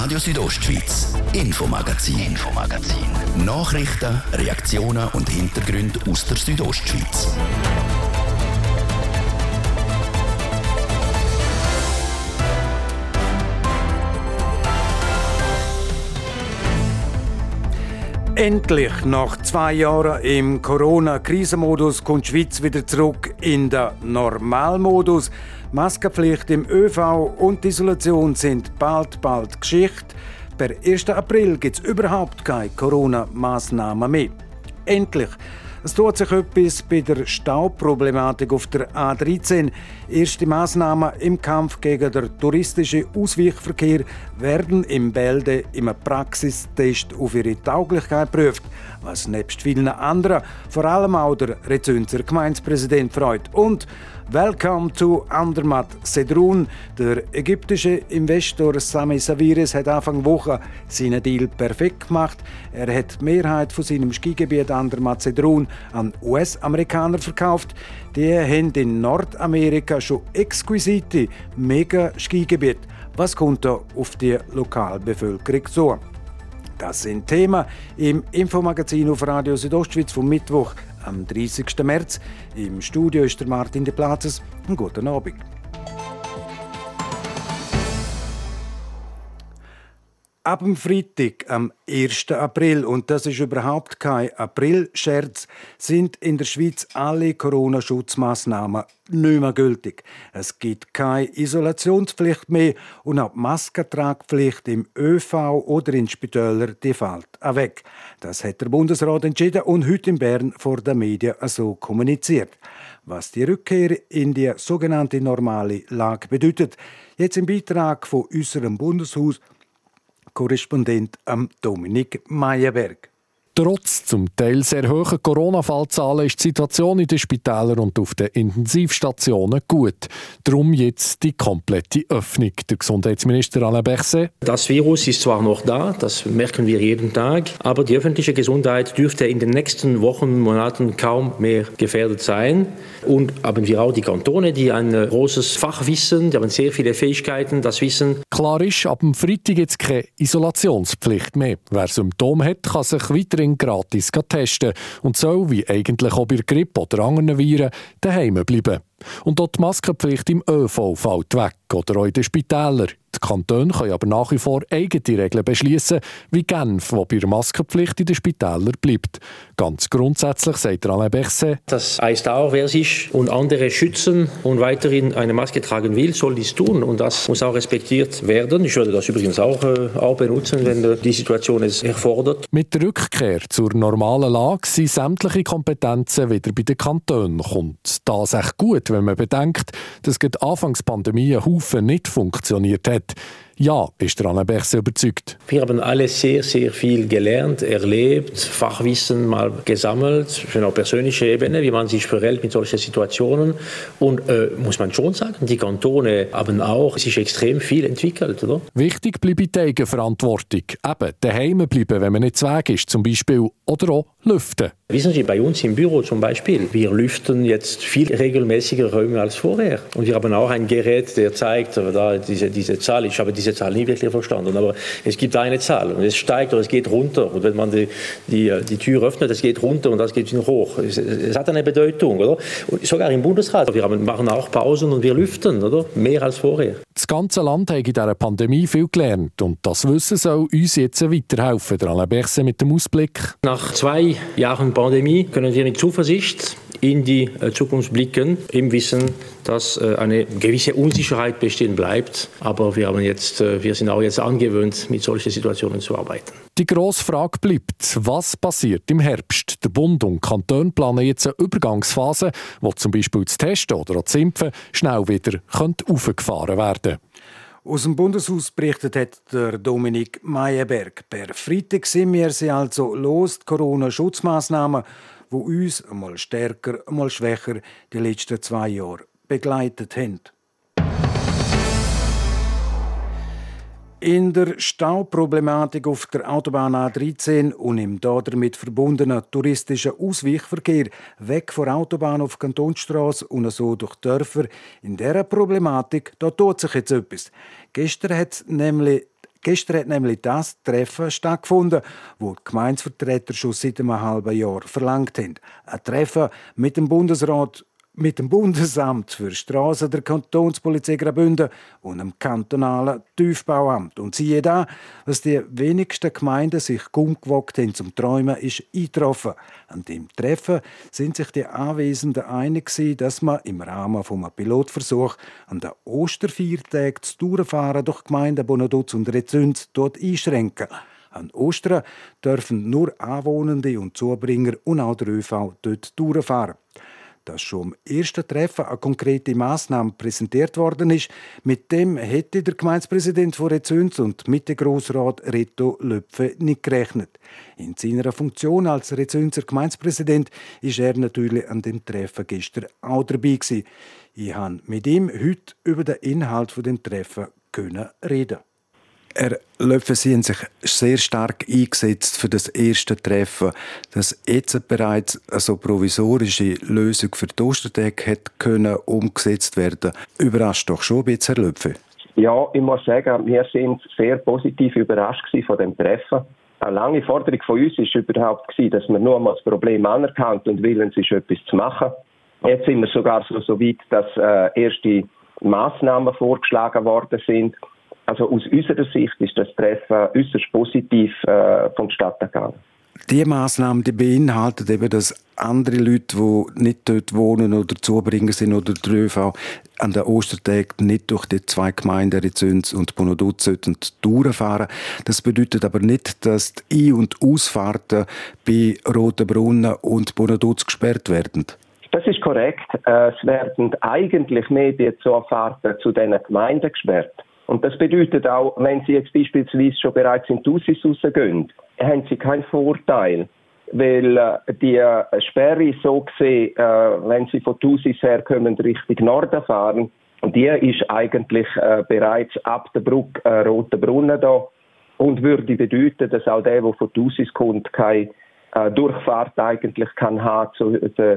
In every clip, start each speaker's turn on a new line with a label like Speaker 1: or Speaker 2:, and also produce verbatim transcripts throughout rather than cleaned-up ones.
Speaker 1: Radio Südostschweiz, Infomagazin. Infomagazin. Nachrichten, Reaktionen und Hintergründe aus der Südostschweiz.
Speaker 2: Endlich, nach zwei Jahren im Corona-Krisenmodus, kommt die Schweiz wieder zurück in den Normalmodus. Maskenpflicht im ÖV und die Isolation sind bald, bald Geschichte. Per ersten April gibt es überhaupt keine Corona-Massnahmen mehr. Endlich! Es tut sich etwas bei der Stauproblematik auf der A dreizehn. Erste Massnahmen im Kampf gegen den touristischen Ausweichverkehr werden im Bälde im Praxistest auf ihre Tauglichkeit geprüft, was nebst vielen anderen vor allem auch der Rezünzer Gemeindepräsident freut. Und Welcome to Andermatt Sedrun. Der ägyptische Investor Sami Sawiris hat Anfang Woche seinen Deal perfekt gemacht. Er hat die Mehrheit von seinem Skigebiet Andermatt Sedrun an U S-Amerikaner verkauft. Die haben in Nordamerika schon exquisite Mega-Skigebiete. Was kommt da auf die Lokalbevölkerung zu? Das sind Themen im Infomagazin auf Radio Südostschweiz vom Mittwoch am dreißigsten März. Im Studio ist der Martin de Platzes. Einen guten Abend. Ab dem Freitag, am ersten April, und das ist überhaupt kein April-Scherz, sind in der Schweiz alle Corona-Schutzmaßnahmen nicht mehr gültig. Es gibt keine Isolationspflicht mehr und auch die Maskentragpflicht im ÖV oder in Spitälern, die fällt auch weg. Das hat der Bundesrat entschieden und heute in Bern vor den Medien so kommuniziert. Was die Rückkehr in die sogenannte normale Lage bedeutet, jetzt im Beitrag von unserem Bundeshaus Korrespondent Dominik Meyerberg.
Speaker 3: Trotz zum Teil sehr hohen Corona-Fallzahlen ist die Situation in den Spitälern und auf den Intensivstationen gut. Darum jetzt die komplette Öffnung. Der Gesundheitsminister Alain Berset.
Speaker 4: Das Virus ist zwar noch da, das merken wir jeden Tag, aber die öffentliche Gesundheit dürfte in den nächsten Wochen, Monaten kaum mehr gefährdet sein. Und haben wir auch die Kantone, die ein großes Fachwissen, die haben sehr viele Fähigkeiten, das Wissen.
Speaker 3: Klar ist, ab dem Freitag gibt es keine Isolationspflicht mehr. Wer Symptome hat, kann sich weiterhin gratis testen und soll, wie eigentlich auch bei Grippe oder anderen Viren, daheim bleiben. Und auch die Maskenpflicht im ÖV fällt weg oder auch in den Spitälern. Die Kantone können aber nach wie vor eigene Regeln beschließen, wie Genf, wo bei der Maskenpflicht in den Spitälern bleibt. Ganz grundsätzlich sagt Alain Berset.
Speaker 4: Das heißt auch, wer sich und andere schützen und weiterhin eine Maske tragen will, soll dies tun. Und das muss auch respektiert werden. Ich würde das übrigens auch, äh, auch benutzen, wenn äh, die Situation es erfordert.
Speaker 3: Mit der Rückkehr zur normalen Lage sind sämtliche Kompetenzen wieder bei den Kantonen. Kommt das echt gut, wenn man bedenkt, dass gerade anfangs Pandemie ein Haufen nicht funktioniert hat. Ja, ist der Alain Berset überzeugt.
Speaker 4: Wir haben alle sehr, sehr viel gelernt, erlebt, Fachwissen mal gesammelt, schon auf persönlicher Ebene, wie man sich verhält mit solchen Situationen. Und äh, muss man schon sagen, die Kantone haben auch sich extrem viel entwickelt, oder?
Speaker 3: Wichtig bleibt die Eigenverantwortung. Eben, daheim bleiben, wenn man nicht zu Weg ist, zum Beispiel, oder auch lüften.
Speaker 4: Wissen Sie, bei uns im Büro zum Beispiel, wir lüften jetzt viel regelmäßiger Räume als vorher. Und wir haben auch ein Gerät, der zeigt, da diese, diese Zahl, ich habe diese Zahl nie wirklich verstanden, aber es gibt eine Zahl und es steigt oder es geht runter. Und wenn man die, die, die Tür öffnet, es geht runter und das geht wieder hoch. Es, es hat eine Bedeutung, oder? Und sogar im Bundesrat, wir haben, machen auch Pausen und wir lüften, oder? Mehr als vorher.
Speaker 3: Das ganze Land hat in dieser Pandemie viel gelernt und das Wissen soll uns jetzt weiterhelfen. Der Alain Berset mit dem Ausblick.
Speaker 4: Nach zwei Jahren Pandemie können wir mit Zuversicht in die Zukunft blicken, im Wissen, dass eine gewisse Unsicherheit bestehen bleibt. Aber wir, haben jetzt, wir sind auch jetzt angewöhnt, mit solchen Situationen zu arbeiten.
Speaker 3: Die grosse Frage bleibt, was passiert im Herbst? Der Bund und Kantone planen jetzt eine Übergangsphase, wo zum Beispiel das Testen oder auch das Impfen schnell wieder aufgefahren werden könnte.
Speaker 2: Aus dem Bundeshaus berichtet hat der Dominik Meyerberg. Per Freitag sind wir sie also los, die Corona-Schutzmaßnahmen, die uns einmal stärker, einmal schwächer die letzten zwei Jahre begleitet haben. In der Stauproblematik auf der Autobahn A dreizehn und im damit verbundenen touristischen Ausweichverkehr weg von der Autobahn auf die Kantonsstrasse und so durch Dörfer, in dieser Problematik da tut sich jetzt etwas. Gestern hat es nämlich Gestern hat nämlich das Treffen stattgefunden, wo die Gemeindevertreter schon seit einem halben Jahr verlangt haben. Ein Treffen mit dem Bundesrat, mit dem Bundesamt für Straßen, der Kantonspolizei Graubünden und dem kantonalen Tiefbauamt. Und siehe da, was die wenigsten Gemeinden sich kaum gewagt haben zum Träumen, ist eingetroffen. An dem Treffen sind sich die Anwesenden einig gewesen, dass man im Rahmen eines Pilotversuchs an den Osterfeiertagen das Tourenfahren durch Gemeinden Bonaduz und Rezüns dort einschränken. An Ostern dürfen nur Anwohnende und Zubringer und auch der ÖV dort Touren fahren. Dass schon am ersten Treffen eine konkrete Massnahme präsentiert worden ist, mit dem hätte der Gemeindepräsident von Rezüns und Mitte-Grossrat Reto Löpfe nicht gerechnet. In seiner Funktion als Rezünser Gemeindepräsident ist er natürlich an dem Treffen gestern auch dabei gewesen. Ich konnte mit ihm heute über den Inhalt des Treffens reden. Herr Löpfe, Sie haben sich sehr stark eingesetzt für das erste Treffen, dass jetzt bereits eine so provisorische Lösung für die Ostertage hätte können umgesetzt werden. Überrascht doch schon ein bisschen, Herr Löpfe.
Speaker 5: Ja, ich muss sagen, wir sind sehr positiv überrascht von dem Treffen. Eine lange Forderung von uns war überhaupt, dass wir nur einmal das Problem anerkannt und willens ist, etwas zu machen. Jetzt sind wir sogar so, so weit, dass äh, erste Massnahmen vorgeschlagen worden sind. Also aus unserer Sicht ist das Treffen äußerst positiv äh, vonstatten gegangen.
Speaker 2: Diese Massnahmen die beinhalten eben, dass andere Leute, die nicht dort wohnen oder Zubringer sind oder der ÖV, an den Ostertagen nicht durch die zwei Gemeinden Rezüns und Bonaduz sollten Touren fahren. Das bedeutet aber nicht, dass die Ein- und Ausfahrten bei Rotenbrunnen und Bonaduz gesperrt werden.
Speaker 5: Das ist korrekt. Es werden eigentlich mehr die Zufahrten zu diesen Gemeinden gesperrt. Und das bedeutet auch, wenn Sie jetzt beispielsweise schon bereits in Thusis rausgehen, haben Sie keinen Vorteil. Weil äh, die äh, Sperre so gesehen, äh, wenn Sie von Thusis herkommen, Richtung Norden fahren, die ist eigentlich äh, bereits ab der Brücke äh, Rotenbrunnen da und würde bedeuten, dass auch der, der von Thusis kommt, keine äh, Durchfahrt eigentlich kann haben zu äh,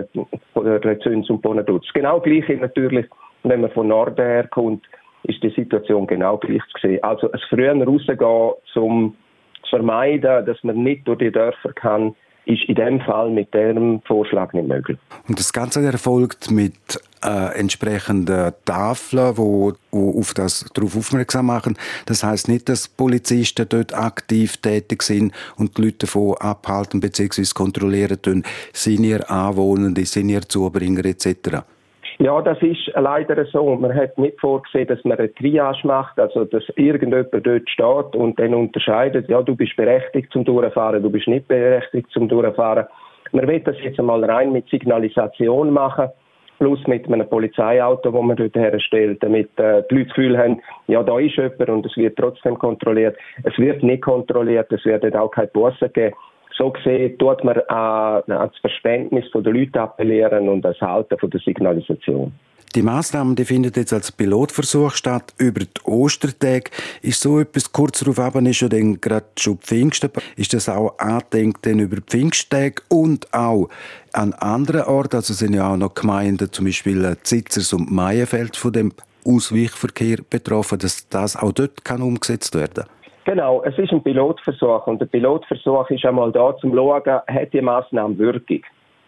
Speaker 5: Rezüns und Bonaduz. Genau gleich natürlich, wenn man von Norden herkommt, ist die Situation genau gleich zu sehen. Also es früher rausgehen, um zu vermeiden, dass man nicht durch die Dörfer kann, ist in dem Fall mit diesem Vorschlag nicht möglich.
Speaker 2: Und das Ganze erfolgt mit äh, entsprechenden Tafeln, wo, wo auf das darauf aufmerksam machen. Das heisst nicht, dass Polizisten dort aktiv tätig sind und die Leute davon abhalten bzw. kontrollieren tun, sind ihr Anwohnende, sind ihr Zubringer et cetera.
Speaker 5: Ja, das ist leider so. Man hat nicht vorgesehen, dass man eine Triage macht, also dass irgendjemand dort steht und dann unterscheidet, ja, du bist berechtigt zum Durchfahren, du bist nicht berechtigt zum Durchfahren. Man will das jetzt einmal rein mit Signalisation machen, plus mit einem Polizeiauto, das man dort herstellt, damit äh, die Leute das Gefühl haben, ja, da ist jemand und es wird trotzdem kontrolliert. Es wird nicht kontrolliert, es wird auch keine Bussen geben. So gesehen tut man an das Verständnis der Leute appellieren und das Halten von der Signalisation.
Speaker 2: Die Massnahmen, die finden jetzt als Pilotversuch statt über die Ostertage. Ist so etwas kurz darauf ab, ist ja dann gerade schon Pfingsten. Ist das auch angedenkt dann über die Pfingsttage und auch an anderen Orten? Also sind ja auch noch Gemeinden, zum Beispiel Zitzers und Maienfeld, von dem Ausweichverkehr betroffen, dass das auch dort kann umgesetzt werden kann?
Speaker 5: Genau, es ist ein Pilotversuch und der Pilotversuch ist einmal da, um zu schauen, hat die Massnahme Wirkung.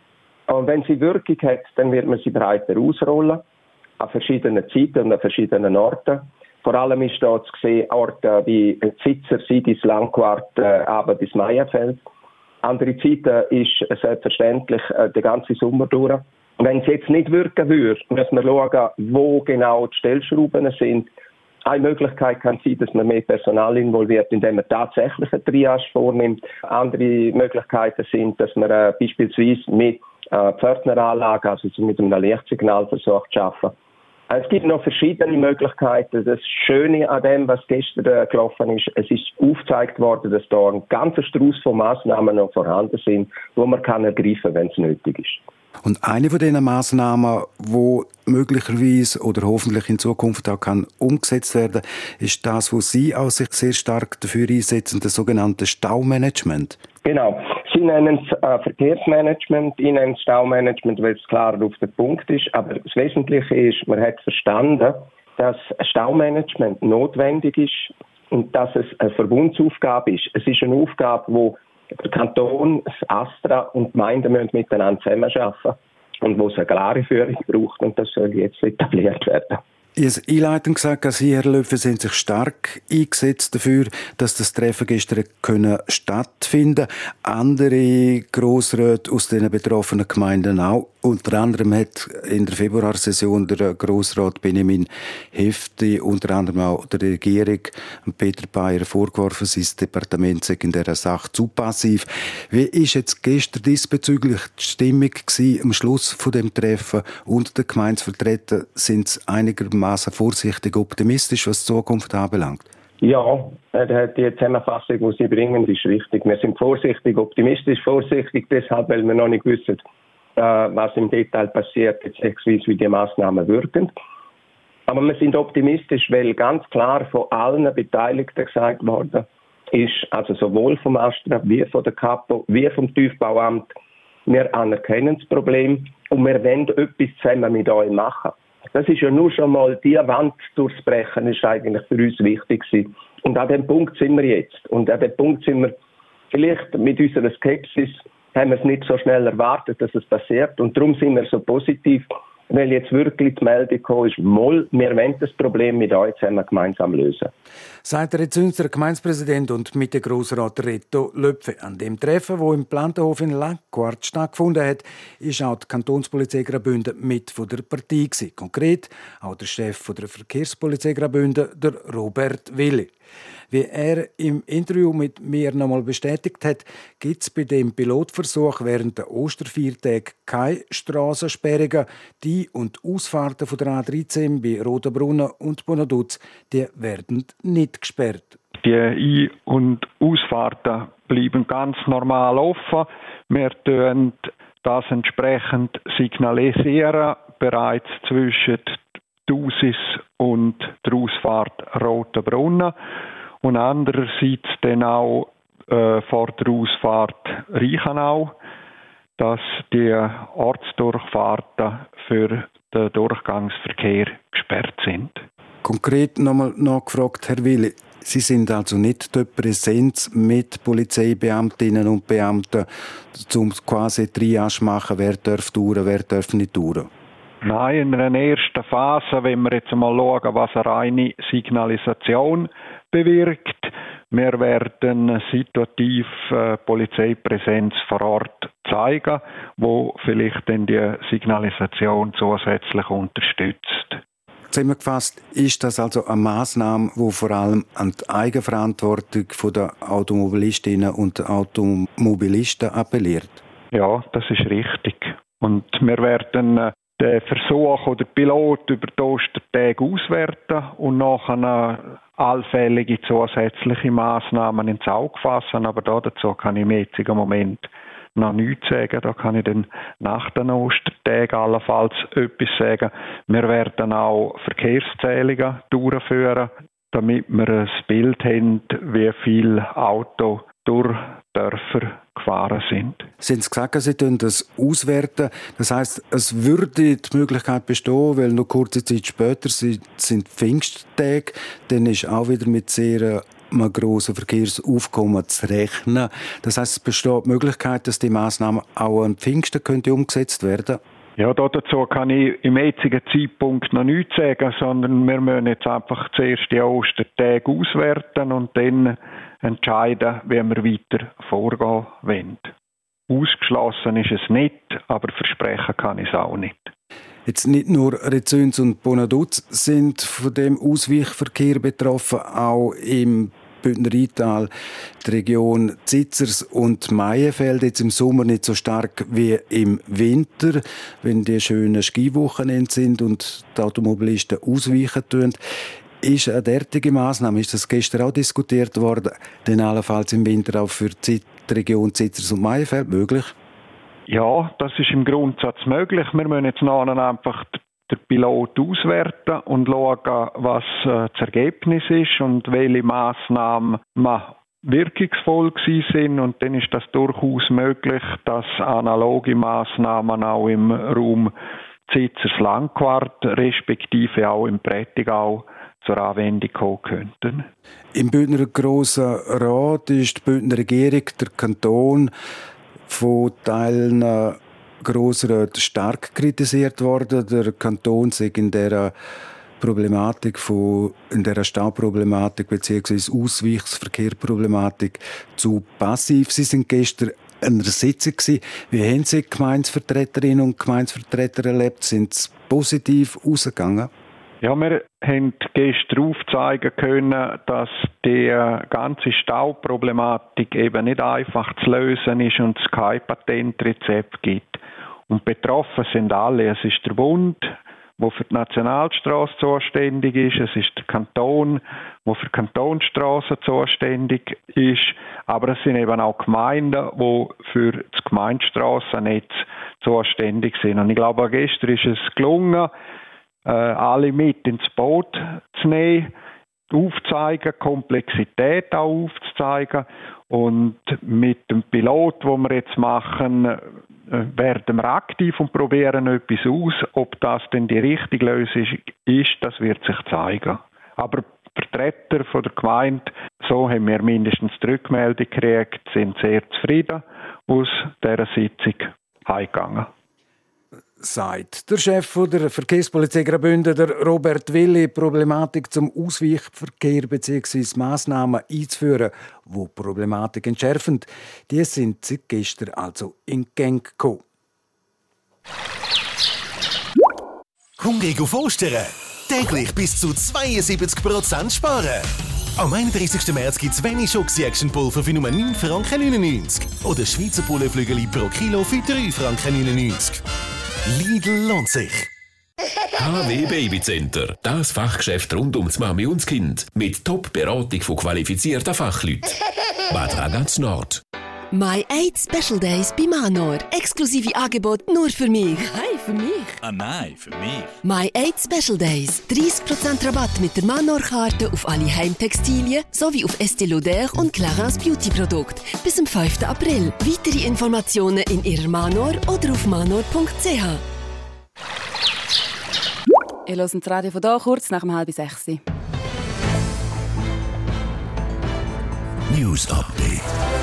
Speaker 5: Und wenn sie Wirkung hat, dann wird man sie breiter ausrollen, an verschiedenen Zeiten und an verschiedenen Orten. Vor allem ist da zu sehen Orte wie Zitzer, Sidis, Langquart, äh, aber bis Maienfeld. Andere Zeiten ist selbstverständlich äh, den ganzen Sommer durch. Wenn es jetzt nicht wirken würde, müssen wir schauen, wo genau die Stellschrauben sind. Eine Möglichkeit kann sein, dass man mehr Personal involviert, indem man tatsächlich eine Triage vornimmt. Andere Möglichkeiten sind, dass man äh, beispielsweise mit äh, Pförtneranlagen, also mit einem Lichtsignal versucht zu arbeiten. Es gibt noch verschiedene Möglichkeiten. Das Schöne an dem, was gestern äh, gelaufen ist, es ist aufgezeigt worden, dass da ein ganzer Strauß von Massnahmen noch vorhanden sind, wo man kann ergreifen, wenn es nötig ist.
Speaker 2: Und eine von diesen Massnahmen, die möglicherweise oder hoffentlich in Zukunft auch kann umgesetzt werden, ist das, wo Sie auch sich sehr stark dafür einsetzen, das sogenannte Staumanagement.
Speaker 5: Genau. Sie nennen es äh, Verkehrsmanagement, ich nenne es Staumanagement, weil es klar auf den Punkt ist. Aber das Wesentliche ist, man hat verstanden, dass Staumanagement notwendig ist und dass es eine Verbundsaufgabe ist. Es ist eine Aufgabe, wo der Kanton, das AStRA und die Gemeinden müssen miteinander zusammenarbeiten und wo es eine klare Führung braucht, und das soll jetzt etabliert werden.
Speaker 2: Ihr habt einleitend gesagt, dass Sie, Herr Löffel, sind sich stark eingesetzt dafür, dass das Treffen gestern können stattfinden konnte. Andere Grossräte aus den betroffenen Gemeinden auch. Unter anderem hat in der Februarsession der Grossrat Benjamin Hefti unter anderem auch der Regierung Peter Bayer vorgeworfen, sein Departement sei in dieser Sache zu passiv. Wie war jetzt gestern diesbezüglich die Stimmung gewesen, am Schluss von dem Treffen unter den Gemeindevertretern? Sind sie einigermaßen vorsichtig optimistisch, was die Zukunft anbelangt?
Speaker 5: Ja, die Zusammenfassung, die Sie bringen, ist richtig. Wir sind vorsichtig, optimistisch vorsichtig, deshalb, weil wir noch nicht wissen, was im Detail passiert, beziehungsweise wie die Massnahmen wirken. Aber wir sind optimistisch, weil ganz klar von allen Beteiligten gesagt worden ist, also sowohl vom AStRA wie von der Kapo wie vom Tiefbauamt, wir anerkennen das Problem und wir wollen etwas zusammen mit euch machen. Das ist ja nur schon mal, die Wand durchzubrechen, ist eigentlich für uns wichtig gewesen. Und an dem Punkt sind wir jetzt. Und an dem Punkt sind wir vielleicht mit unserer Skepsis, haben wir es nicht so schnell erwartet, dass es passiert. Und darum sind wir so positiv, weil jetzt wirklich die Meldung gekommen ist, mal, wir wollen das Problem mit euch zusammen gemeinsam lösen.
Speaker 2: Sagt der Rezünster Gemeindepräsident und Mitte-Grossrat Reto Löpfe. An dem Treffen, das im Plantenhof in Langquart stattgefunden hat, ist auch die Kantonspolizei Graubünden mit von der Partie gewesen. Konkret auch der Chef von der Verkehrspolizei Graubünden, der Robert Willi. Wie er im Interview mit mir nochmal bestätigt hat, gibt es bei dem Pilotversuch während der Osterviertage keine Strassensperrungen. Die und Ausfahrten von der A dreizehn bei Rotenbrunnen und Bonaduz, die werden nicht gesperrt.
Speaker 6: Die Ein- und Ausfahrten bleiben ganz normal offen. Wir tun das entsprechend signalisieren, bereits zwischen Thusis und der Ausfahrt Rotenbrunnen. Und andererseits dann auch äh, vor der Ausfahrt Reichenau, dass die Ortsdurchfahrten für den Durchgangsverkehr gesperrt sind.
Speaker 2: Konkret nochmal nachgefragt, Herr Willi, Sie sind also nicht dort präsent mit Polizeibeamtinnen und Beamten, um quasi Triage zu machen, wer darf touren, wer darf nicht touren?
Speaker 6: Nein, in einer ersten Phase, wenn wir jetzt mal schauen, was eine reine Signalisation bewirkt. Wir werden situativ äh, Polizeipräsenz vor Ort zeigen, wo vielleicht dann die Signalisation zusätzlich unterstützt.
Speaker 2: Zusammengefasst ist das also eine Massnahme, die vor allem an die Eigenverantwortung der Automobilistinnen und Automobilisten appelliert.
Speaker 6: Ja, das ist richtig. Und wir werden äh, den Versuch oder Pilot über die Ostertage auswerten und nachher allfällige zusätzliche Massnahmen ins Auge fassen. Aber dazu kann ich im jetzigen Moment noch nichts sagen. Da kann ich dann nach den Ostertagen allenfalls etwas sagen. Wir werden auch Verkehrszählungen durchführen, damit wir ein Bild haben, wie viele Autos durch Dörfer gefahren sind.
Speaker 2: Sie haben gesagt, Sie tun das auswerten. Das heisst, es würde die Möglichkeit bestehen, weil noch kurze Zeit später sind Pfingsttage, dann ist auch wieder mit sehr einem grossen Verkehrsaufkommen zu rechnen. Das heisst, es besteht die Möglichkeit, dass die Massnahmen auch an Pfingsten könnte umgesetzt werden.
Speaker 6: Ja, dazu kann ich im jetzigen Zeitpunkt noch nichts sagen, sondern wir müssen jetzt einfach zuerst die Ostertage auswerten und dann entscheiden, wie wir weiter vorgehen wollen. Ausgeschlossen ist es nicht, aber versprechen kann ich es auch nicht.
Speaker 2: Jetzt nicht nur Rezüns und Bonaduz sind von dem Ausweichverkehr betroffen, auch im Bündner Rheintal, die Region Zitzers und Maienfeld, jetzt im Sommer nicht so stark wie im Winter, wenn die schönen Skiwochenende sind und die Automobilisten ausweichen tun. Ist eine derartige Massnahme, ist das gestern auch diskutiert worden, denn allenfalls im Winter auch für die Region Zitzers und Maienfeld möglich?
Speaker 6: Ja, das ist im Grundsatz möglich. Wir müssen jetzt nachher einfach den Pilot auswerten und schauen, was das Ergebnis ist und welche Massnahmen wirkungsvoll sind. Und dann ist das durchaus möglich, dass analoge Massnahmen auch im Raum Zitzers Langquart respektive auch im Prättigau zur Anwendung kommen könnten.
Speaker 2: Im Bündner Grossen Rat ist die Bündner Regierung, der Kanton, von Teilen Grossräten stark kritisiert worden. Der Kanton sei in dieser Problematik von, in dieser Stauproblematik bzw. Ausweichsverkehrproblematik zu passiv. Sie sind gestern an einer Sitzung gewesen. Wie haben Sie Gemeindevertreterinnen und Gemeindevertreter erlebt? Sind sie positiv ausgegangen?
Speaker 6: Ja, wir haben gestern aufzeigen können, dass die ganze Stauproblematik eben nicht einfach zu lösen ist und es kein Patentrezept gibt. Und betroffen sind alle. Es ist der Bund, der für die Nationalstrasse zuständig ist. Es ist der Kanton, der für die Kantonsstrassen zuständig ist. Aber es sind eben auch Gemeinden, die für das Gemeindestrassennetz zuständig sind. Und ich glaube, gestern ist es gelungen, äh, alle mit ins Boot zu nehmen, aufzuzeigen, Komplexität auch aufzuzeigen. Und mit dem Pilot, den wir jetzt machen, werden wir aktiv und probieren etwas aus. Ob das denn die richtige Lösung ist, das wird sich zeigen. Aber Vertreter von der Gemeinde, so haben wir mindestens die Rückmeldung gekriegt, sind sehr zufrieden aus dieser Sitzung heimgegangen.
Speaker 2: Sagt der Chef der Verkehrspolizei Graubünden, der Robert Willi, Problematik zum Ausweichverkehr bzw. Massnahmen einzuführen, die Problematik entschärfen. Die sind seit gestern also in Gang gekommen.
Speaker 7: Komm, geh vorstellen. Täglich bis zu zweiundsiebzig Prozent sparen. Am einunddreißigsten März gibt es wenig Schoxi-Action-Pulver für nur neun Franken neunundneunzig oder Schweizer Bullenflügel pro Kilo für drei Franken neunundneunzig. Lidl lohnt sich.
Speaker 8: H W Babycenter, das Fachgeschäft rund ums Mami und das Kind. Mit Top-Beratung von qualifizierten Fachleuten. Bad Ragaz Nord.
Speaker 9: My eight Special Days bei Manor. Exklusive Angebot nur für mich. Hey, für mich.
Speaker 10: Ah nein, für mich.
Speaker 9: My eight Special Days. dreißig Prozent Rabatt mit der Manor-Karte auf alle Heimtextilien sowie auf Estée Lauder und Clarins Beauty-Produkte. Bis zum fünften April. Weitere Informationen in Ihrer Manor oder auf manor punkt c h.
Speaker 11: Ihr hört das Radio von hier kurz nach um halb sechs.
Speaker 1: News Update.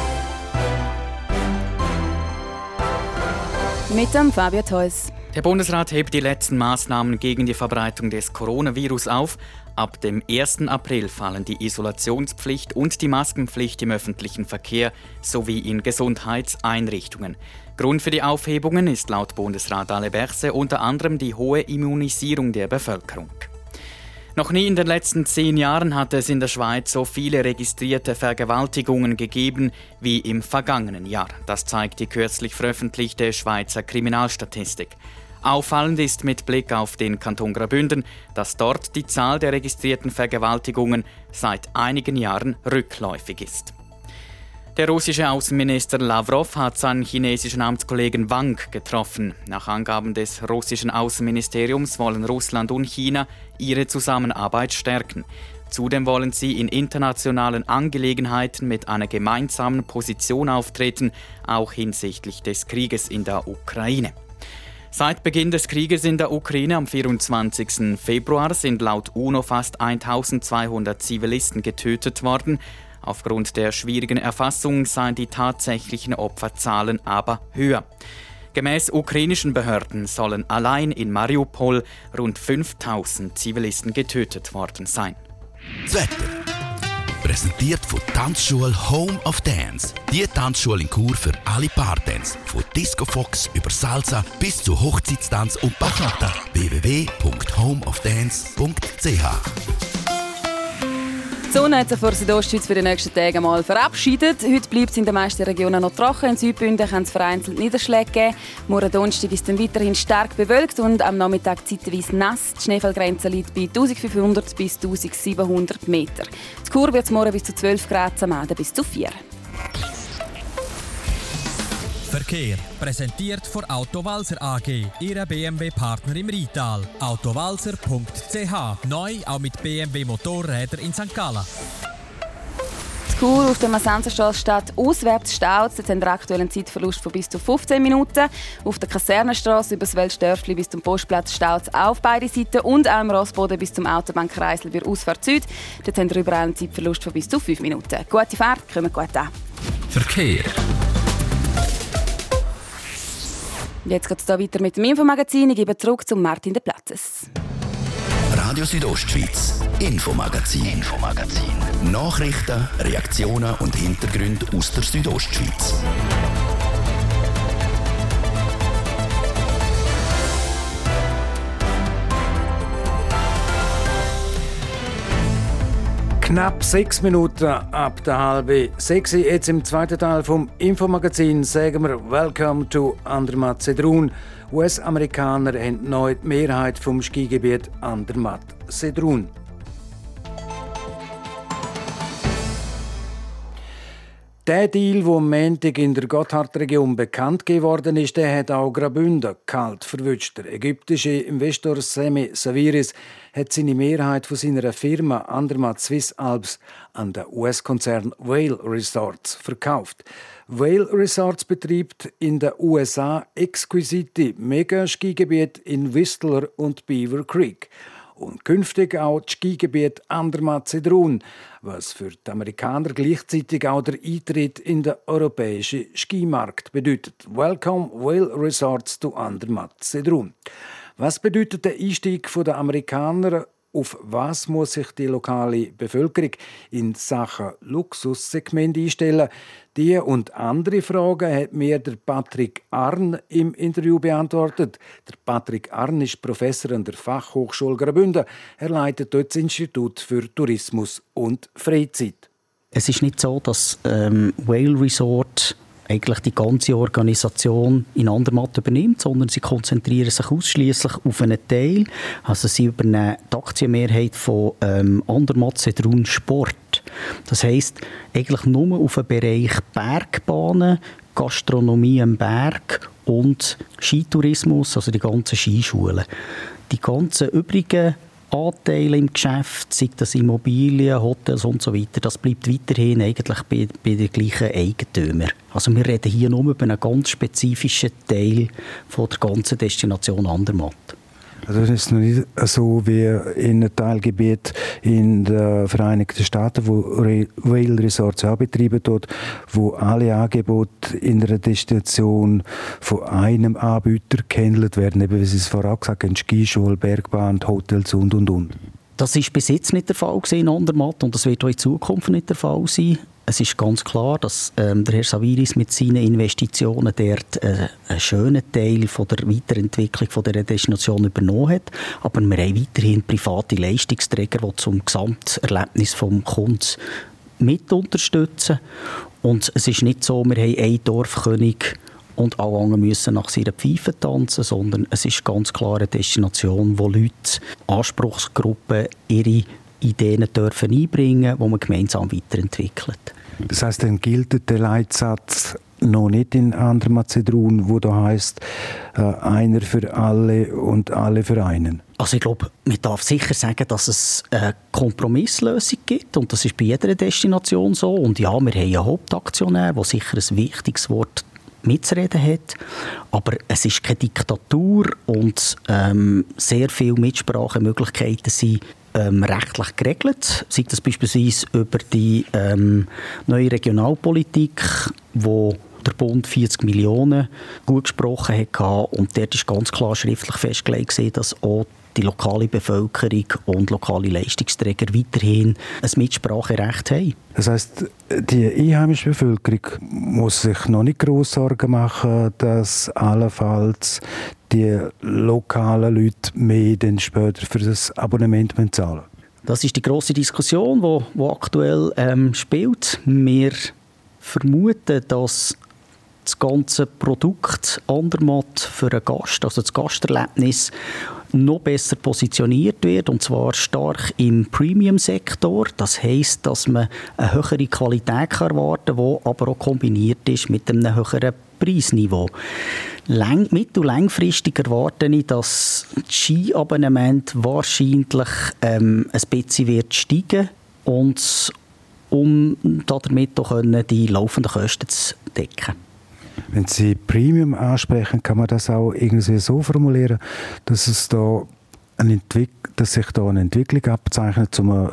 Speaker 11: Mit dem Fabio Theus.
Speaker 12: Der Bundesrat hebt die letzten Maßnahmen gegen die Verbreitung des Coronavirus auf. Ab dem ersten April fallen die Isolationspflicht und die Maskenpflicht im öffentlichen Verkehr sowie in Gesundheitseinrichtungen. Grund für die Aufhebungen ist laut Bundesrat Alain Berset unter anderem die hohe Immunisierung der Bevölkerung. Noch nie in den letzten zehn Jahren hat es in der Schweiz so viele registrierte Vergewaltigungen gegeben wie im vergangenen Jahr. Das zeigt die kürzlich veröffentlichte Schweizer Kriminalstatistik. Auffallend ist mit Blick auf den Kanton Graubünden, dass dort die Zahl der registrierten Vergewaltigungen seit einigen Jahren rückläufig ist. Der russische Außenminister Lavrov hat seinen chinesischen Amtskollegen Wang getroffen. Nach Angaben des russischen Außenministeriums wollen Russland und China ihre Zusammenarbeit stärken. Zudem wollen sie in internationalen Angelegenheiten mit einer gemeinsamen Position auftreten, auch hinsichtlich des Krieges in der Ukraine. Seit Beginn des Krieges in der Ukraine am vierundzwanzigsten Februar sind laut UNO fast eintausendzweihundert Zivilisten getötet worden. Aufgrund der schwierigen Erfassung seien die tatsächlichen Opferzahlen aber höher. Gemäß ukrainischen Behörden sollen allein in Mariupol rund fünftausend Zivilisten getötet worden sein.
Speaker 1: Das Wetter. Präsentiert von Tanzschule Home of Dance. Die Tanzschule in Chur für alle Partens. Von Disco Fox über Salsa bis zu Hochzeitstanz und Bachata. w w w punkt home of dance punkt c h.
Speaker 11: Die Sonne hat sich vor Südostschweiz für die nächsten Tage mal verabschiedet. Heute bleibt es in den meisten Regionen noch trocken. In Südbünden kann es vereinzelt Niederschläge geben. Morgen Donnerstag ist es weiterhin stark bewölkt und am Nachmittag zeitweise nass. Die Schneefallgrenze liegt bei eintausendfünfhundert bis eintausendsiebenhundert Meter. In Chur wird es morgen bis zu zwölf Grad, am Abend bis zu vier.
Speaker 10: Verkehr präsentiert von Autowalzer A G, Ihre B M W-Partner im Rheintal. autowalzer punkt c h. Neu auch mit B M W Motorrädern in Sankt Gallen.
Speaker 11: In Chur auf der Masanzerstrasse steht auswärts Staus. Jetzt haben wir aktuell einen Zeitverlust von bis zu fünfzehn Minuten. Auf der Kasernenstrasse über das Weltstörfli bis zum Postplatz staut es auf beide Seiten und auch im Rossboden bis zum Autobahnkreisel bei Ausfahrt Süd. Dort haben wir überall einen Zeitverlust von bis zu fünf Minuten. Gute Fahrt, kommen gut an.
Speaker 8: Verkehr.
Speaker 11: Jetzt geht es hier weiter mit dem Infomagazin. Ich gebe zurück zu Martin de Platzes.
Speaker 1: Radio Südostschweiz, Infomagazin. Infomagazin. Nachrichten, Reaktionen und Hintergründe aus der Südostschweiz.
Speaker 2: Knapp sechs Minuten ab der halben sechs. Jetzt im zweiten Teil vom Infomagazin sagen wir Welcome to Andermatt Sedrun. U S-Amerikaner haben neu die Mehrheit vom Skigebiet Andermatt Sedrun. Der Deal, der am Montag in der Gotthardregion bekannt geworden ist, der hat auch Graubünden kalt verwünscht. Der ägyptische Investor Sami Saviris hat seine Mehrheit von seiner Firma Andermatt Swiss Alps an den U S-Konzern Vail Resorts verkauft. Vail Resorts betreibt in den U S A exquisite Mega-Skigebiete in Whistler und Beaver Creek. Und künftig auch das Skigebiet Andermatt Sedrun, was für die Amerikaner gleichzeitig auch der Eintritt in den europäischen Skimarkt bedeutet. Welcome Vail Resorts to Andermatt Sedrun. Was bedeutet der Einstieg der Amerikaner? Auf was muss sich die lokale Bevölkerung in Sachen Luxussegment einstellen? Diese und andere Fragen hat mir der Patrick Arn im Interview beantwortet. Der Patrick Arn ist Professor an der Fachhochschule Graubünden. Er leitet dort das Institut für Tourismus und Freizeit.
Speaker 13: Es ist nicht so, dass ähm, Vail Resort eigentlich die ganze Organisation in Andermatt übernimmt, sondern sie konzentrieren sich ausschließlich auf einen Teil. Also sie übernehmen die Aktienmehrheit von ähm, Andermatt Sedrun Sport. Das heisst, eigentlich nur auf den Bereich Bergbahnen, Gastronomie am Berg und Skitourismus, also die ganzen Skischulen. Die ganzen übrigen Anteile im Geschäft, sei das Immobilien, Hotels und so weiter, das bleibt weiterhin eigentlich bei, bei den gleichen Eigentümern. Also wir reden hier nur über einen ganz spezifischen Teil von der ganzen Destination Andermatt.
Speaker 2: Also das ist noch nicht so wie in einem Teilgebiet in den Vereinigten Staaten, wo Vail Resorts auch betrieben wird, wo alle Angebote in einer Destination von einem Anbieter gehandelt werden, eben wie Sie es vorher gesagt haben, Skischule, Bergbahn, Hotels und und und.
Speaker 13: Das ist bis jetzt nicht der Fall in Andermatt und das wird auch in Zukunft nicht der Fall sein. Es ist ganz klar, dass ähm, der Herr Saviris mit seinen Investitionen dort äh, einen schönen Teil von der Weiterentwicklung von der Destination übernommen hat. Aber wir haben weiterhin private Leistungsträger, die zum Gesamterlebnis des Kunden mit unterstützen. Und es ist nicht so, wir haben einen Dorfkönig und alle anderen müssen nach seiner Pfeife tanzen, sondern es ist ganz klar eine Destination, wo Leute, Anspruchsgruppen, ihre Ideen dürfen einbringen, die man gemeinsam weiterentwickelt.
Speaker 2: Das heisst, dann gilt der Leitsatz noch nicht in Andermatt Sedrun, wo da heisst, äh, einer für alle und alle für einen.
Speaker 13: Also ich glaube, man darf sicher sagen, dass es eine Kompromisslösung gibt und das ist bei jeder Destination so. Und ja, wir haben einen Hauptaktionär, der sicher ein wichtiges Wort mitzureden hat, aber es ist keine Diktatur und ähm, sehr viele Mitsprachemöglichkeiten sind ähm, rechtlich geregelt. Sei das beispielsweise über die ähm, neue Regionalpolitik, wo der Bund vierzig Millionen gut gesprochen hat und dort ist ganz klar schriftlich festgelegt, dass auch die lokale Bevölkerung und lokale Leistungsträger weiterhin ein Mitspracherecht haben. Das heisst, die einheimische Bevölkerung muss sich noch nicht gross Sorgen machen, dass allenfalls die lokalen Leute mehr dann später für das Abonnement zahlen müssen. Das ist die grosse Diskussion, die, die aktuell ähm, spielt. Wir vermuten, dass das ganze Produkt Andermatt für einen Gast, also das Gasterlebnis, noch besser positioniert wird, und zwar stark im Premium-Sektor. Das heisst, dass man eine höhere Qualität erwarten kann, die aber auch kombiniert ist mit einem höheren Preisniveau. Lang, mittel- und langfristig erwarte ich, dass das Skiabonnement wahrscheinlich ähm, ein bisschen wird steigen und um damit auch die laufenden Kosten zu decken.
Speaker 2: Wenn Sie Premium ansprechen, kann man das auch irgendwie so formulieren, dass es da eine Entwick- dass sich da eine Entwicklung abzeichnet zu einem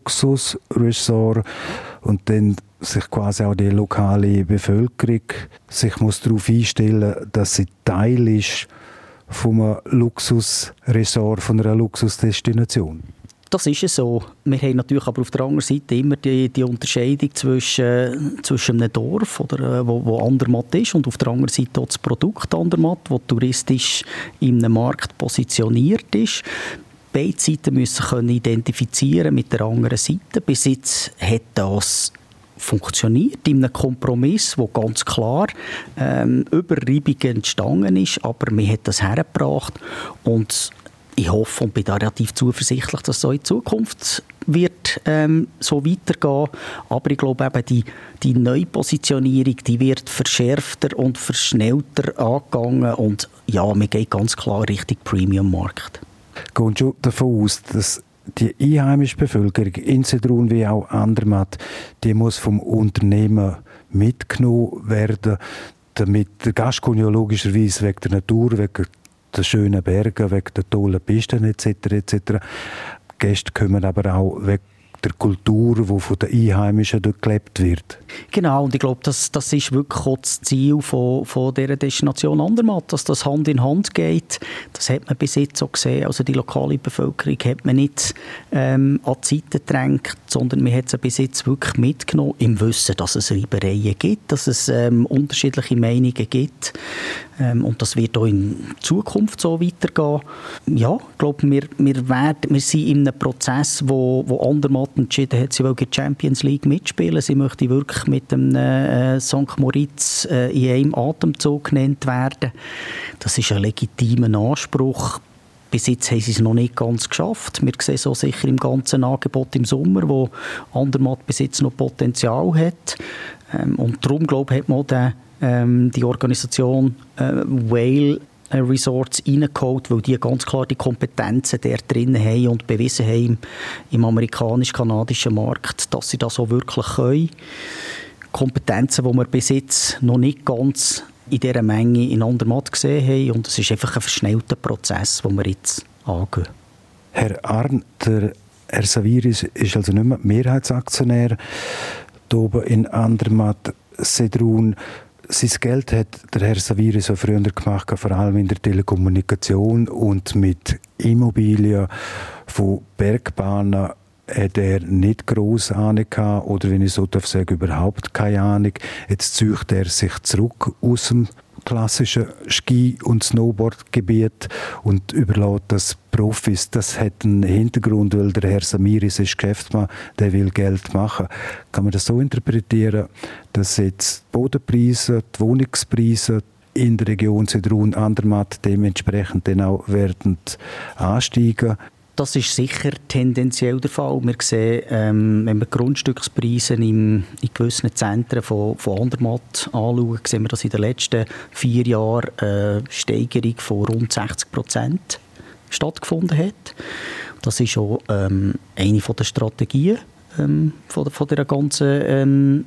Speaker 2: Luxusresort und dann sich quasi auch die lokale Bevölkerung sich muss darauf einstellen, dass sie Teil ist von einem Luxusresort, von einer Luxusdestination.
Speaker 13: Das ist es so. Wir haben natürlich aber auf der anderen Seite immer die, die Unterscheidung zwischen, zwischen einem Dorf, oder, wo, wo Andermatt ist, und auf der anderen Seite auch das Produkt Andermatt, das touristisch in einem Markt positioniert ist. Beide Seiten müssen können identifizieren mit der anderen Seite. Bis jetzt hat das funktioniert in einem Kompromiss, wo ganz klar ähm, über Reibungen entstanden ist, aber man hat das hergebracht und ich hoffe und bin da relativ zuversichtlich, dass es auch in Zukunft wird ähm, so weitergehen. Aber ich glaube eben, die, die Neupositionierung, die wird verschärfter und verschnellter angegangen und ja, man geht ganz klar Richtung Premium-Markt.
Speaker 2: Gehen schon davon aus, dass die einheimische Bevölkerung in Sedrun wie auch Andermatt, die muss vom Unternehmen mitgenommen werden, damit der Gast kann ja logischerweise wegen der Natur, wegen der schönen Berge, wegen der tollen Pisten et cetera et cetera. Gäste kommen aber auch wegen der Kultur, die von den Einheimischen dort gelebt wird.
Speaker 13: Genau, und ich glaube, das, das ist wirklich auch das Ziel von, von dieser Destination Andermatt, dass das Hand in Hand geht. Das hat man bis jetzt so gesehen. Also die lokale Bevölkerung hat man nicht ähm, an die Seite gedrängt, sondern man hat sie bis jetzt wirklich mitgenommen, im Wissen, dass es Reibereien gibt, dass es ähm, unterschiedliche Meinungen gibt. Ähm, und das wird auch in Zukunft so weitergehen. Ja, ich glaube, wir, wir, werden, wir sind in einem Prozess, wo, wo Andermatt entschieden hat, sie wollen die Champions League mitspielen. Sie möchte wirklich mit dem äh, Sankt Moritz äh, in einem Atemzug genannt werden. Das ist ein legitimer Anspruch. Bis jetzt haben sie es noch nicht ganz geschafft. Wir sehen so sicher im ganzen Angebot im Sommer, wo Andermatt bis jetzt noch Potenzial hat. Ähm, und darum, glaube ich, hat man auch den, ähm, die Organisation äh, Whale Resorts reingeholt, weil die ganz klar die Kompetenzen der drinnen haben und bewiesen haben im amerikanisch-kanadischen Markt, dass sie das auch wirklich können. Kompetenzen, die wir bis jetzt noch nicht ganz in dieser Menge in Andermatt gesehen haben, und es ist einfach ein verschnellter Prozess, den wir jetzt angehen.
Speaker 2: Herr Arn, der Herr Saviris ist also nicht mehr Mehrheitsaktionär hier oben in Andermatt Sedrun. Sein Geld hat der Herr Saviri so früher gemacht, vor allem in der Telekommunikation und mit Immobilien von Bergbahnen hat er nicht gross Ahnung gehabt, oder wenn ich so darf sagen, überhaupt keine Ahnung. Jetzt zieht er sich zurück aus dem klassischen Ski- und Snowboardgebiet und überlässt das Profis. Das hat einen Hintergrund, weil der Herr Samiris ist Geschäftsmann, der will Geld machen. Kann man das so interpretieren, dass jetzt die Bodenpreise, die Wohnungspreise in der Region Sedrun, Andermatt dementsprechend dann auch werden ansteigen?
Speaker 13: Das ist sicher tendenziell der Fall. Wir sehen, ähm, wenn wir Grundstückspreise in, in gewissen Zentren von, von Andermatt anschauen, sehen wir, dass in den letzten vier Jahren eine Steigerung von rund sechzig Prozent stattgefunden hat. Das ist auch ähm, eine der Strategien ähm, von, von der ganzen ähm,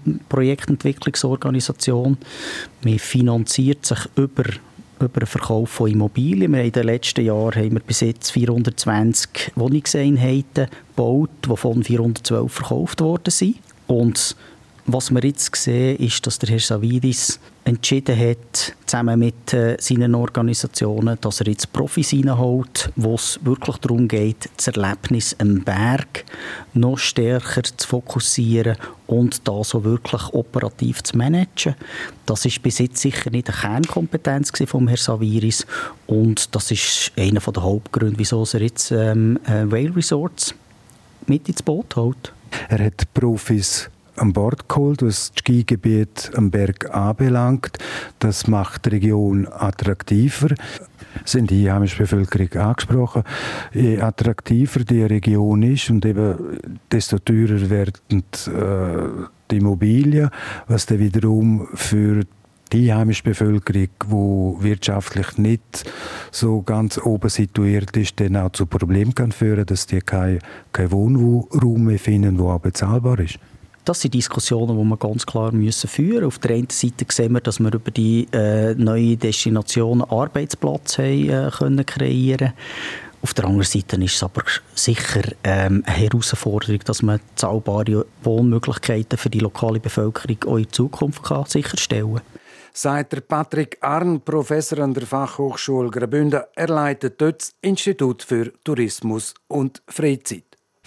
Speaker 13: Projektentwicklungsorganisation. Man finanziert sich über über den Verkauf von Immobilien. Wir haben in den letzten Jahren haben wir bis jetzt vierhundertzwanzig Wohnungseinheiten gebaut, wovon vierhundertzwölf verkauft worden sind. Und was wir jetzt sehen, ist, dass der Herr Saviris entschieden hat, zusammen mit äh, seinen Organisationen, dass er jetzt Profis reinholt, wo es wirklich darum geht, das Erlebnis am Berg noch stärker zu fokussieren und da so wirklich operativ zu managen. Das ist bis jetzt sicher nicht eine Kernkompetenz von Herrn Saviris und das ist einer der Hauptgründe, wieso er jetzt ähm, äh, Whale Resorts mit ins Boot holt.
Speaker 2: Er hat Profis an Bord geholt, was das Skigebiet am Berg anbelangt. Das macht die Region attraktiver. Sind die einheimische Bevölkerung angesprochen. Je attraktiver die Region ist und eben desto teurer werden äh, die Immobilien, was dann wiederum für die einheimische Bevölkerung, die wirtschaftlich nicht so ganz oben situiert ist, dann auch zu Problemen kann führen, dass die keinen kein Wohnraum mehr finden, der auch bezahlbar ist.
Speaker 13: Das sind Diskussionen, die wir ganz klar müssen führen müssen. Auf der einen Seite sehen wir, dass wir über die äh, neue Destination Arbeitsplatz haben, äh, können kreieren. Auf der anderen Seite ist es aber sicher ähm, eine Herausforderung, dass man zahlbare Wohnmöglichkeiten für die lokale Bevölkerung auch in Zukunft kann sicherstellen kann.
Speaker 2: Sagt der Patrick Arn, Professor an der Fachhochschule Graubünden. Er leitet dort das Institut für Tourismus und Freizeit.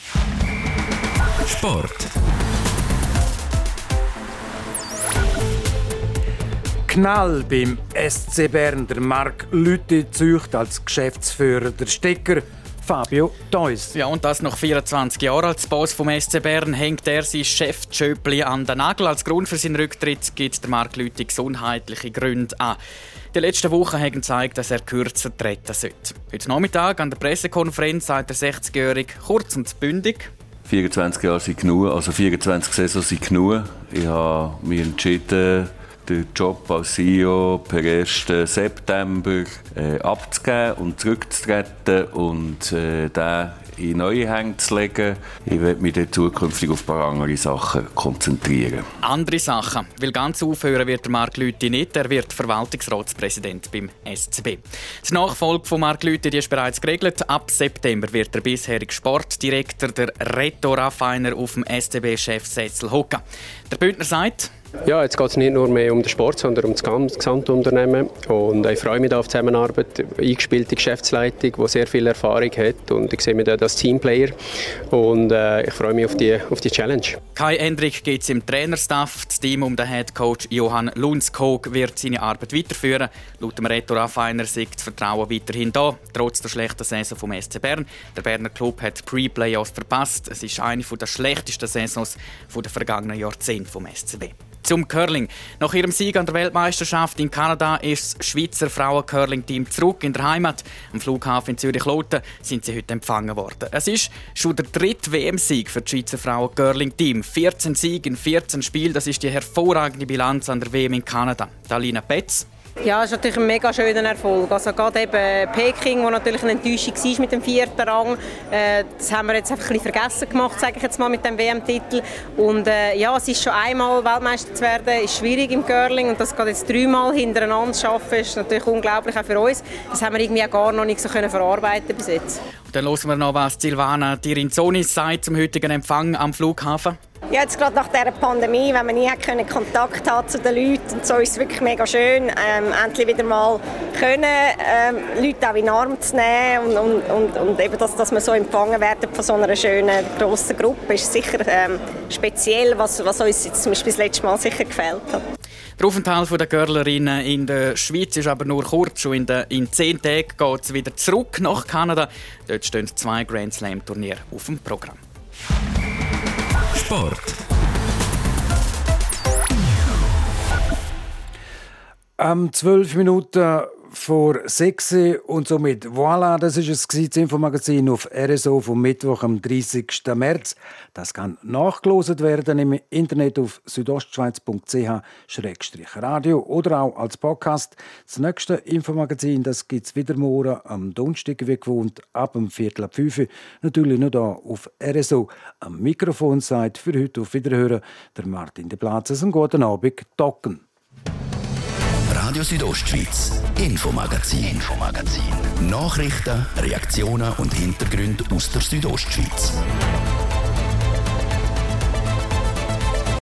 Speaker 8: Sport.
Speaker 2: Knall beim S C Bern. Der Marc Lüthi zeugt als Geschäftsführer der Stecker. Fabio Theus.
Speaker 12: Ja, und das nach vierundzwanzig Jahren als Boss vom S C Bern hängt er sein Chefschöppli an den Nagel. Als Grund für seinen Rücktritt gibt der Marc Lüthi gesundheitliche Gründe an. Die letzten Wochen haben gezeigt, dass er kürzer treten sollte. Heute Nachmittag an der Pressekonferenz sagt der sechzigjährige kurz und bündig:
Speaker 14: vierundzwanzig Jahre sind genug, also vierundzwanzig Saisons sind genug. Ich habe mich entschieden, den Job als C E O per ersten September äh, abzugeben und zurückzutreten und äh, den in neue Hände zu legen. Ich werde mich dann zukünftig auf ein paar andere Sachen konzentrieren.
Speaker 12: Andere Sachen, weil ganz aufhören wird der Marc Lüthi nicht. Er wird Verwaltungsratspräsident beim S C B. Die Nachfolge von Marc Lüthi die ist bereits geregelt. Ab September wird der bisherige Sportdirektor, der Reto Raffiner, auf dem S C B-Chefsessel hocken. Der Bündner sagt:
Speaker 15: Ja, jetzt geht es nicht nur mehr um den Sport, sondern um das Gesamtunternehmen. Und ich freue mich auf die Zusammenarbeit. Eingespielte Geschäftsleitung, die sehr viel Erfahrung hat. Und ich sehe mich dort als Teamplayer. Und äh, ich freue mich auf die, auf die Challenge.
Speaker 12: Kai Endrick gibt es im Trainerstaff. Das Team um den Headcoach Johann Lundskog wird seine Arbeit weiterführen. Laut dem Reto Raffiner ist das Vertrauen weiterhin da, trotz der schlechten Saison vom S C Bern. Der Berner Club hat Pre-Playoffs verpasst. Es ist eine der schlechtesten Saisons der vergangenen Jahrzehnte vom S C B. Zum Curling. Nach ihrem Sieg an der Weltmeisterschaft in Kanada ist das Schweizer Frauen-Curling-Team zurück in der Heimat. Am Flughafen in Zürich-Loten sind sie heute empfangen worden. Es ist schon der dritte W M-Sieg für das Schweizer Frauen-Curling-Team. vierzehn Siege in vierzehn Spielen, das ist die hervorragende Bilanz an der W M in Kanada. Alina Petz.
Speaker 16: Ja, es ist natürlich ein mega schöner Erfolg. Also gerade eben Peking, wo natürlich eine Enttäuschung war mit dem vierten Rang, äh, das haben wir jetzt einfach ein bisschen vergessen gemacht, sage ich jetzt mal, mit dem W M-Titel. Und äh, ja, es ist schon einmal Weltmeister zu werden, ist schwierig im Curling, und das gerade jetzt dreimal hintereinander zu schaffen, ist natürlich unglaublich auch für uns. Das haben wir irgendwie auch gar noch nicht so können verarbeiten bis jetzt.
Speaker 12: Und dann hören wir noch, was Silvana Tirinzonis sagt zum heutigen Empfang am Flughafen.
Speaker 17: Ja, jetzt gerade nach dieser Pandemie, wenn man nie können Kontakt hat zu den Leuten, und so ist es wirklich mega schön, ähm, endlich wieder mal können, ähm, Leute auch in den Arm zu nehmen, und, und, und, und eben, dass, dass wir so empfangen werden von so einer schönen, grossen Gruppe, ist sicher ähm, speziell, was, was uns jetzt zum Beispiel das letzte Mal sicher gefällt hat.
Speaker 12: Der Aufenthalt der Curlerinnen in der Schweiz ist aber nur kurz. Schon in, de, in zehn Tagen geht es wieder zurück nach Kanada. Dort stehen zwei Grand Slam-Turniere auf dem Programm.
Speaker 8: Sport.
Speaker 2: Am zwölf Minuten vor sechs und somit voilà, das ist es das Infomagazin auf R S O vom Mittwoch am dreißigsten März. Das kann nachgelost werden im Internet auf südostschweiz punkt c h radio oder auch als Podcast. Das nächste Infomagazin, das gibt es wieder morgen am Donnerstag, wie gewohnt, ab dem Viertel ab fünf. Natürlich noch hier auf R S O. Am Mikrofon sagt für heute auf Wiederhören der Martin de Platzes. Einen guten Abend, Docken.
Speaker 1: Radio Südostschweiz, Infomagazin. Infomagazin. Nachrichten, Reaktionen und Hintergründe aus der Südostschweiz.